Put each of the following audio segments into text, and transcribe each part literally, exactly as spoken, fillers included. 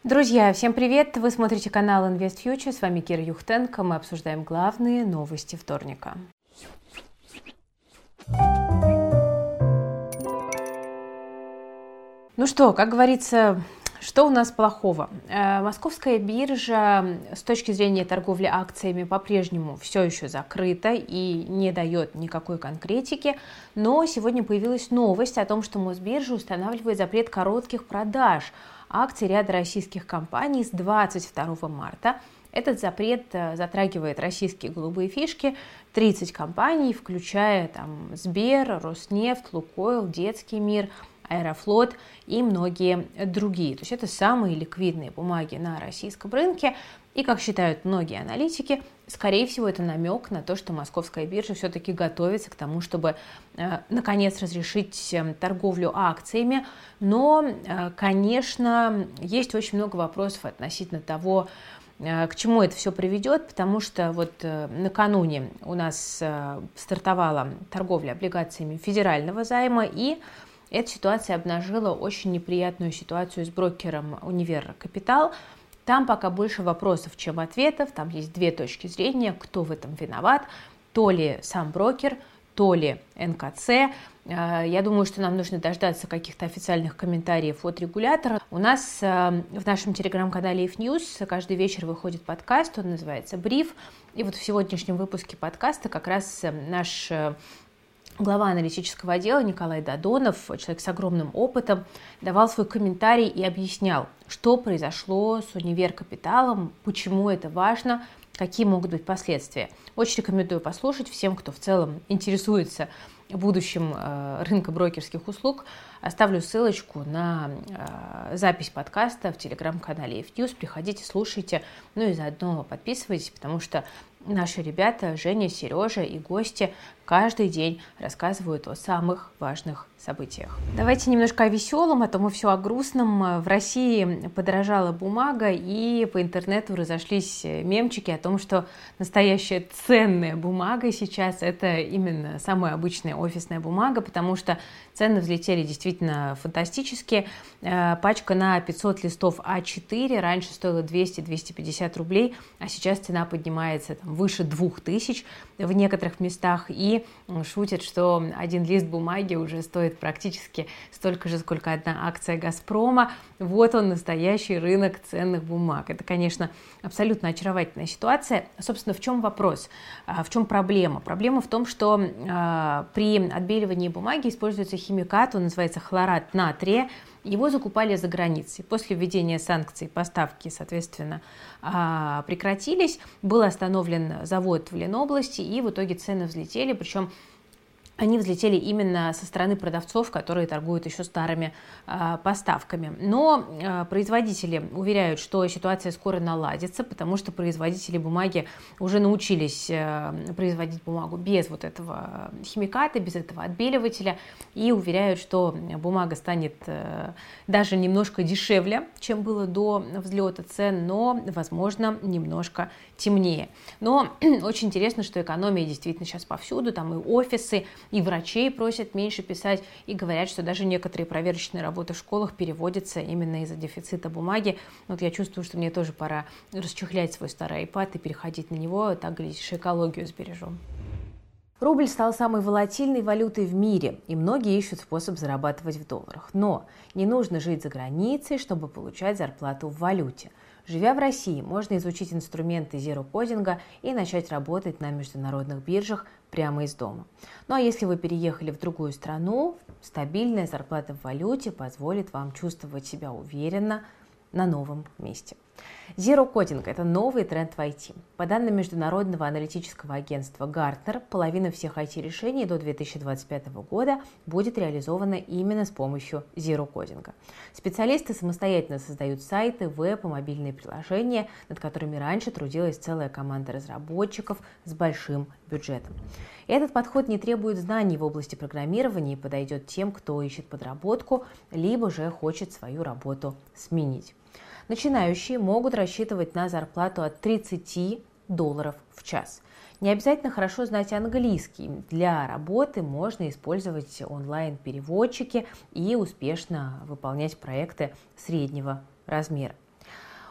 Друзья, всем привет! Вы смотрите канал InvestFuture, с вами Кира Юхтенко. Мы обсуждаем главные новости вторника. Ну что, как говорится, что у нас плохого? Московская биржа с точки зрения торговли акциями по-прежнему все еще закрыта и не дает никакой конкретики, но сегодня появилась новость о том, что Мосбиржа устанавливает запрет коротких продаж акций ряда российских компаний с двадцать второго марта. Этот запрет затрагивает российские голубые фишки, тридцать компаний, включая там Сбер, Роснефть, Лукойл, Детский мир, Аэрофлот и многие другие. То есть это самые ликвидные бумаги на российском рынке. И, как считают многие аналитики, скорее всего, это намек на то, что Московская биржа все-таки готовится к тому, чтобы, э, наконец, разрешить э, торговлю акциями. Но, э, конечно, есть очень много вопросов относительно того, э, к чему это все приведет, потому что вот э, накануне у нас э, стартовала торговля облигациями федерального займа, и эта ситуация обнажила очень неприятную ситуацию с брокером Универ Капитал. Там пока больше вопросов, чем ответов. Там есть две точки зрения, кто в этом виноват. То ли сам брокер, то ли эн ка цэ. Я думаю, что нам нужно дождаться каких-то официальных комментариев от регулятора. У нас в нашем телеграм-канале IFNews каждый вечер выходит подкаст, он называется «Бриф». И вот в сегодняшнем выпуске подкаста как раз наш глава аналитического отдела Николай Додонов, человек с огромным опытом, давал свой комментарий и объяснял, что произошло с Универ Капиталом, почему это важно, какие могут быть последствия. Очень рекомендую послушать всем, кто в целом интересуется будущим э, рынка брокерских услуг. Оставлю ссылочку на э, запись подкаста в телеграм-канале IFNews. Приходите, слушайте, ну и заодно подписывайтесь, потому что наши ребята, Женя, Сережа и гости каждый день рассказывают о самых важных событиях. Давайте немножко о веселом, а то мы все о грустном. В России подорожала бумага, и по интернету разошлись мемчики о том, что настоящая ценная бумага сейчас это именно самая обычная офисная бумага, потому что цены взлетели действительно фантастически. Пачка на пятьсот листов а четыре раньше стоила двести - двести пятьдесят рублей, а сейчас цена поднимается там, выше двух тысяч в некоторых местах, и шутят, что один лист бумаги уже стоит практически столько же, сколько одна акция «Газпрома». Вот он, настоящий рынок ценных бумаг. Это, конечно, абсолютно очаровательная ситуация. Собственно, в чем вопрос? В чем проблема? Проблема в том, что при отбеливании бумаги используется химикат, он называется хлорат натрия. Его закупали за границей. После введения санкций поставки, соответственно, прекратились. Был остановлен завод в Ленобласти, и в итоге цены взлетели, причем они взлетели именно со стороны продавцов, которые торгуют еще старыми э, поставками. Но э, производители уверяют, что ситуация скоро наладится, потому что производители бумаги уже научились э, производить бумагу без вот этого химиката, без этого отбеливателя, и уверяют, что бумага станет э, даже немножко дешевле, чем было до взлета цен, но, возможно, немножко темнее. Но очень интересно, что экономия действительно сейчас повсюду, там и офисы, и врачей просят меньше писать, и говорят, что даже некоторые проверочные работы в школах переводятся именно из-за дефицита бумаги. Вот я чувствую, что мне тоже пора расчехлять свой старый iPad и переходить на него, так, глядишь, экологию сбережем. Рубль стал самой волатильной валютой в мире, и многие ищут способ зарабатывать в долларах. Но не нужно жить за границей, чтобы получать зарплату в валюте. Живя в России, можно изучить инструменты зеро-кодинга и начать работать на международных биржах прямо из дома. Ну а если вы переехали в другую страну, стабильная зарплата в валюте позволит вам чувствовать себя уверенно на новом месте. Зеро-кодинг – это новый тренд в ай ти. По данным международного аналитического агентства Gartner, половина всех ай ти-решений до две тысячи двадцать пятого года будет реализована именно с помощью зеро-кодинга. Специалисты самостоятельно создают сайты, веб и мобильные приложения, над которыми раньше трудилась целая команда разработчиков с большим бюджетом. И этот подход не требует знаний в области программирования и подойдет тем, кто ищет подработку, либо же хочет свою работу сменить. Начинающие могут рассчитывать на зарплату от тридцати долларов в час. Не обязательно хорошо знать английский. Для работы можно использовать онлайн-переводчики и успешно выполнять проекты среднего размера.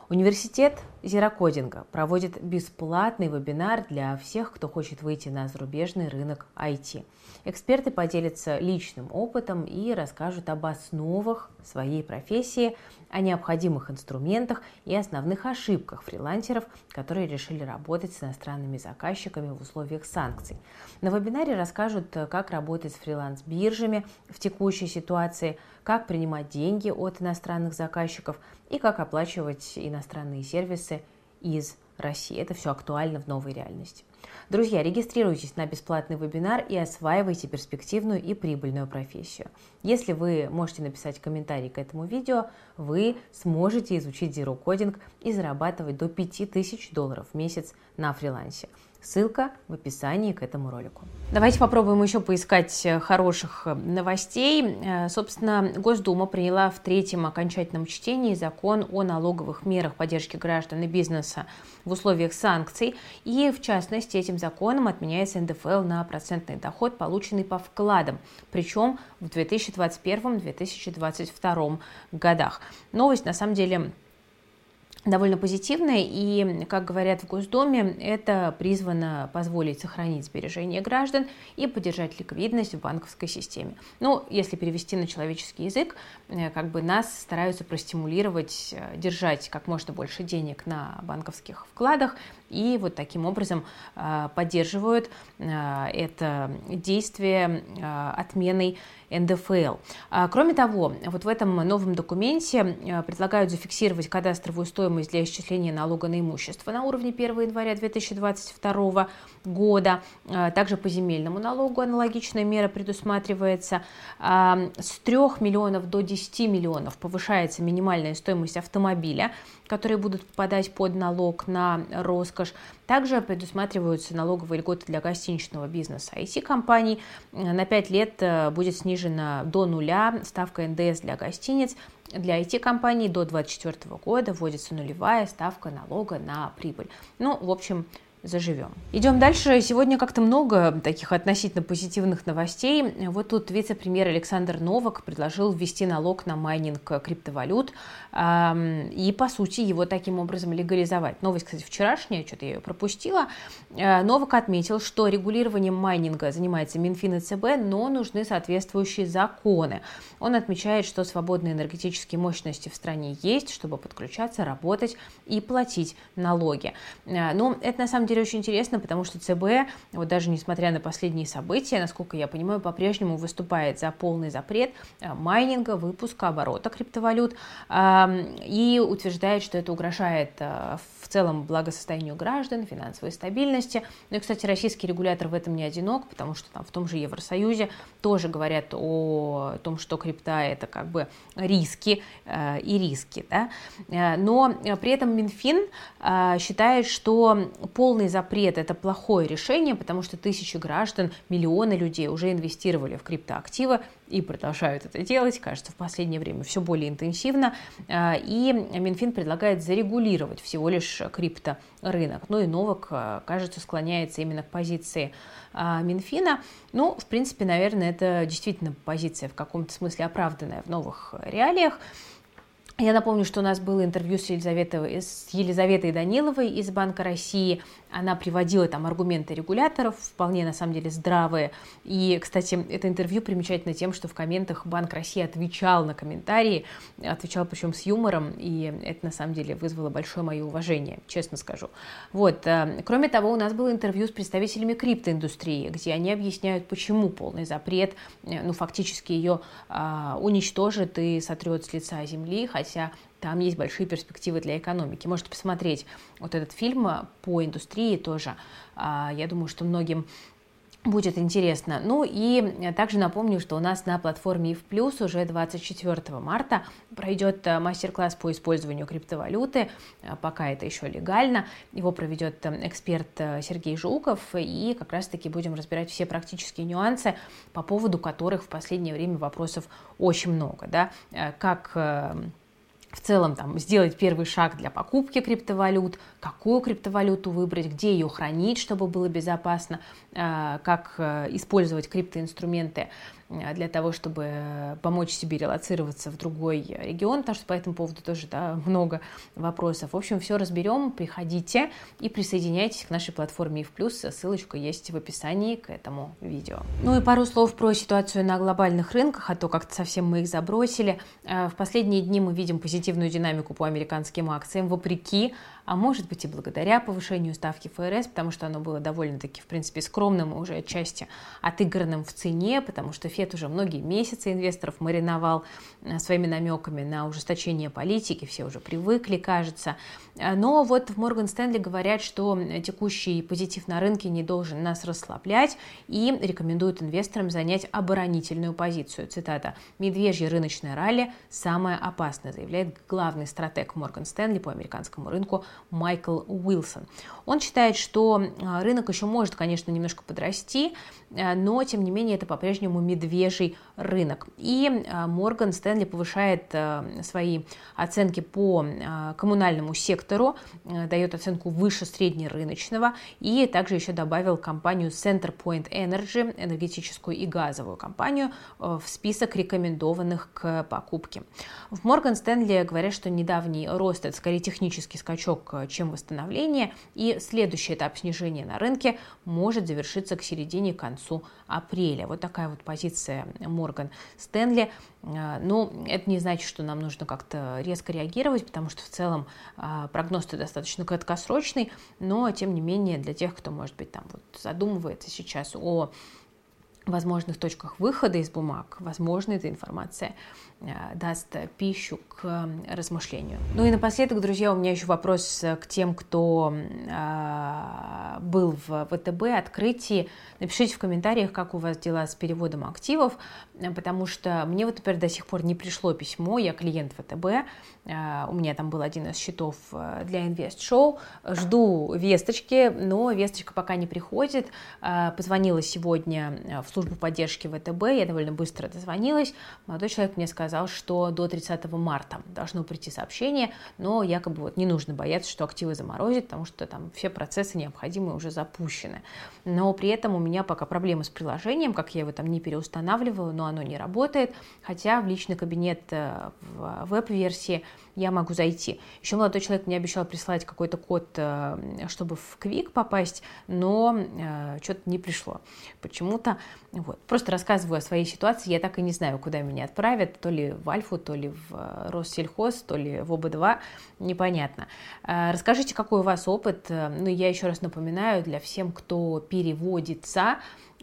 Университет зерокодинга проводит бесплатный вебинар для всех, кто хочет выйти на зарубежный рынок ай ти. Эксперты поделятся личным опытом и расскажут об основах своей профессии, о необходимых инструментах и основных ошибках фрилансеров, которые решили работать с иностранными заказчиками в условиях санкций. На вебинаре расскажут, как работать с фриланс-биржами в текущей ситуации, как принимать деньги от иностранных заказчиков и как оплачивать иностранные сервисы из России. Это все актуально в новой реальности. Друзья, регистрируйтесь на бесплатный вебинар и осваивайте перспективную и прибыльную профессию. Если вы можете написать комментарий к этому видео, вы сможете изучить зерокодинг и зарабатывать до пяти тысяч долларов в месяц на фрилансе. Ссылка в описании к этому ролику. Давайте попробуем еще поискать хороших новостей. Собственно, Госдума приняла в третьем окончательном чтении закон о налоговых мерах поддержки граждан и бизнеса в условиях санкций. И, в частности, этим законом отменяется эн дэ эф эл на процентный доход, полученный по вкладам, причем в две тысячи двадцать первом — две тысячи двадцать втором годах. Новость, на самом деле, довольно позитивная, и, как говорят в Госдуме, это призвано позволить сохранить сбережения граждан и поддержать ликвидность в банковской системе. Ну, если перевести на человеческий язык, как бы нас стараются простимулировать держать как можно больше денег на банковских вкладах, и вот таким образом поддерживают это действие отменой эн дэ эф эл. Кроме того, вот в этом новом документе предлагают зафиксировать кадастровую стоимость для исчисления налога на имущество на уровне первого января две тысячи двадцать второго года. Также по земельному налогу аналогичная мера предусматривается. С трёх миллионов до десяти миллионов повышается минимальная стоимость автомобиля, которые будут попадать под налог на роскошь. Также предусматриваются налоговые льготы для гостиничного бизнеса ай ти-компаний. На пять лет будет снижена до нуля ставка эн дэ эс для гостиниц. Для ай ти-компаний до две тысячи двадцать четвёртого года вводится нулевая ставка налога на прибыль. Ну, в общем, заживем. Идем дальше. Сегодня как-то много таких относительно позитивных новостей. Вот тут вице-премьер Александр Новак предложил ввести налог на майнинг криптовалют э, и, по сути, его таким образом легализовать. Новость, кстати, вчерашняя, что-то я ее пропустила. Э, Новак отметил, что регулированием майнинга занимается Минфин и цэ бэ, но нужны соответствующие законы. Он отмечает, что свободные энергетические мощности в стране есть, чтобы подключаться, работать и платить налоги. Э, но это, на самом деле, очень интересно, потому что цэ бэ, вот даже несмотря на последние события, насколько я понимаю, по-прежнему выступает за полный запрет майнинга, выпуска, оборота криптовалют и утверждает, что это угрожает в целом благосостоянию граждан, финансовой стабильности. Ну и, кстати, российский регулятор в этом не одинок, потому что там в том же Евросоюзе тоже говорят о том, что крипта — это как бы риски э, и риски. Да? Но при этом Минфин э, считает, что полный запрет — это плохое решение, потому что тысячи граждан, миллионы людей уже инвестировали в криптоактивы и продолжают это делать, кажется, в последнее время все более интенсивно. И Минфин предлагает зарегулировать всего лишь крипторынок. Ну и Новак, кажется, склоняется именно к позиции Минфина. Ну, в принципе, наверное, это действительно позиция в каком-то смысле оправданная в новых реалиях. Я напомню, что у нас было интервью с Елизаветой, с Елизаветой Даниловой из Банка России. Она приводила там аргументы регуляторов, вполне на самом деле здравые. И, кстати, это интервью примечательно тем, что в комментах Банк России отвечал на комментарии, отвечал причем с юмором, и это на самом деле вызвало большое мое уважение, честно скажу. Вот. Кроме того, у нас было интервью с представителями криптоиндустрии, где они объясняют, почему полный запрет, ну, фактически ее а, уничтожит и сотрет с лица земли, хотя там есть большие перспективы для экономики. Можете посмотреть вот этот фильм по индустрии тоже. Я думаю, что многим будет интересно. Ну и также напомню, что у нас на платформе ИФ Плюс уже двадцать четвёртого марта пройдет мастер-класс по использованию криптовалюты, пока это еще легально. Его проведет эксперт Сергей Жуков, и как раз-таки будем разбирать все практические нюансы, по поводу которых в последнее время вопросов очень много. Да? Как в целом там сделать первый шаг для покупки криптовалют, какую криптовалюту выбрать, где ее хранить, чтобы было безопасно, как использовать криптоинструменты для того, чтобы помочь себе релоцироваться в другой регион, потому что по этому поводу тоже, да, много вопросов. В общем, все разберем, приходите и присоединяйтесь к нашей платформе ИФ+, ссылочка есть в описании к этому видео. Ну и пару слов про ситуацию на глобальных рынках, а то как-то совсем мы их забросили. В последние дни мы видим позитивную динамику по американским акциям, вопреки, а может быть и благодаря повышению ставки ФРС, потому что оно было довольно-таки, в принципе, скромным и уже отчасти отыгранным в цене, потому что Фед уже многие месяцы инвесторов мариновал своими намеками на ужесточение политики, все уже привыкли, кажется. Но вот в Морган Стэнли говорят, что текущий позитив на рынке не должен нас расслаблять и рекомендуют инвесторам занять оборонительную позицию. Цитата: «Медвежье рыночное ралли самое опасное», заявляет главный стратег Морган Стэнли по американскому рынку Майкл Уилсон. Он считает, что рынок еще может, конечно, немножко подрасти, но, тем не менее, это по-прежнему медвежий рынок. И Морган Стэнли повышает свои оценки по коммунальному сектору, дает оценку выше среднерыночного, и также еще добавил компанию CenterPoint Energy, энергетическую и газовую компанию, в список рекомендованных к покупке. В Морган Стэнли говорят, что недавний рост – это скорее технический скачок, чем восстановление, и следующий этап снижения на рынке может завершиться к середине, к концу апреля. Вот такая вот позиция Морган Стэнли. Но это не значит, что нам нужно как-то резко реагировать, потому что в целом прогноз-то достаточно краткосрочный, но тем не менее для тех, кто, может быть, там вот задумывается сейчас о возможных точках выхода из бумаг, возможно, эта информация даст пищу к размышлению. Ну и напоследок, друзья, у меня еще вопрос к тем, кто э, был в ВТБ, открытии. Напишите в комментариях, как у вас дела с переводом активов, потому что мне вот теперь до сих пор не пришло письмо, я клиент ВТБ, э, у меня там был один из счетов для инвест-шоу, жду весточки, но весточка пока не приходит. Э, позвонила сегодня в службу поддержки ВТБ, я довольно быстро дозвонилась, молодой человек мне сказал, что до тридцатого марта должно прийти сообщение, но якобы вот не нужно бояться, что активы заморозят, потому что там все процессы необходимые уже запущены. Но при этом у меня пока проблемы с приложением, как я его там не переустанавливала, но оно не работает, хотя в личный кабинет в веб-версии я могу зайти. Еще молодой человек мне обещал прислать какой-то код, чтобы в Quick попасть, но э, что-то не пришло почему-то. Вот. Просто рассказываю о своей ситуации, я так и не знаю, куда меня отправят, то ли в Альфу, то ли в Россельхоз, то ли в оба два, непонятно. Э, расскажите, какой у вас опыт. Ну, я еще раз напоминаю для всем, кто переводится,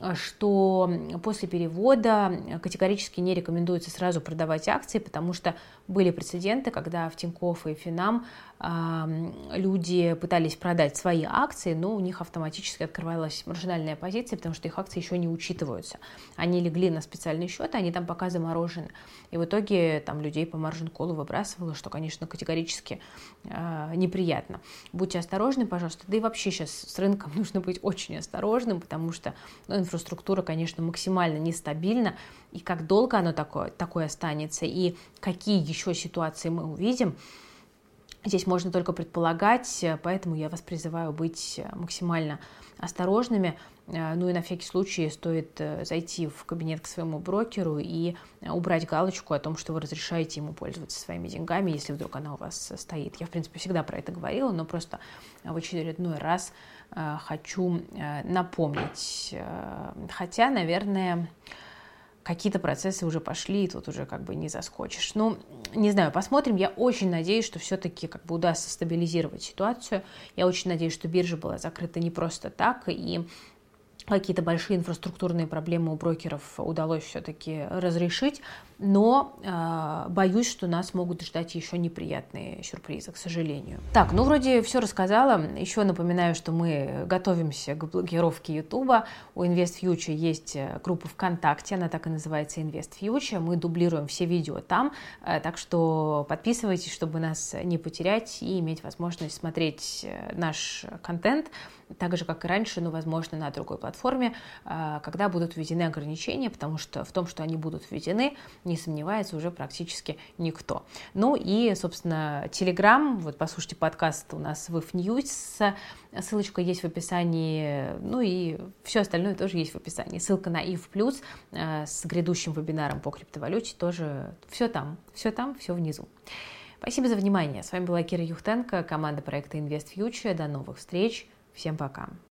что после перевода категорически не рекомендуется сразу продавать акции, потому что были прецеденты, когда в Тинькофф и Финам э, люди пытались продать свои акции, но у них автоматически открывалась маржинальная позиция, потому что их акции еще не учитываются. Они легли на специальный счет, они там пока заморожены. И в итоге там людей по маржин-колу выбрасывало, что, конечно, категорически э, неприятно. Будьте осторожны, пожалуйста. Да и вообще сейчас с рынком нужно быть очень осторожным, потому что ну, инфраструктура, конечно, максимально нестабильна. И как долго оно такое, такое останется, и какие еще ситуации мы увидим, здесь можно только предполагать, поэтому я вас призываю быть максимально осторожными. Ну и на всякий случай стоит зайти в кабинет к своему брокеру и убрать галочку о том, что вы разрешаете ему пользоваться своими деньгами, если вдруг она у вас стоит. Я, в принципе, всегда про это говорила, но просто в очередной раз хочу напомнить. Хотя, наверное, какие-то процессы уже пошли, и тут уже как бы не заскочишь. Ну, не знаю, посмотрим. Я очень надеюсь, что все-таки как бы удастся стабилизировать ситуацию. Я очень надеюсь, что биржа была закрыта не просто так, и какие-то большие инфраструктурные проблемы у брокеров удалось все-таки разрешить, но э, боюсь, что нас могут ждать еще неприятные сюрпризы, к сожалению. Так, ну вроде все рассказала. Еще напоминаю, что мы готовимся к блокировке Ютуба. У InvestFuture есть группа ВКонтакте, она так и называется InvestFuture. Мы дублируем все видео там, э, так что подписывайтесь, чтобы нас не потерять и иметь возможность смотреть наш контент, так же, как и раньше, но, возможно, на другой платформе, когда будут введены ограничения, потому что в том, что они будут введены, не сомневается уже практически никто. Ну и, собственно, Telegram, вот послушайте подкаст у нас в If News, ссылочка есть в описании, ну и все остальное тоже есть в описании. Ссылка на If Plus с грядущим вебинаром по криптовалюте тоже, все там, все там, все внизу. Спасибо за внимание. С вами была Кира Юхтенко, команда проекта InvestFuture. До новых встреч. Всем пока.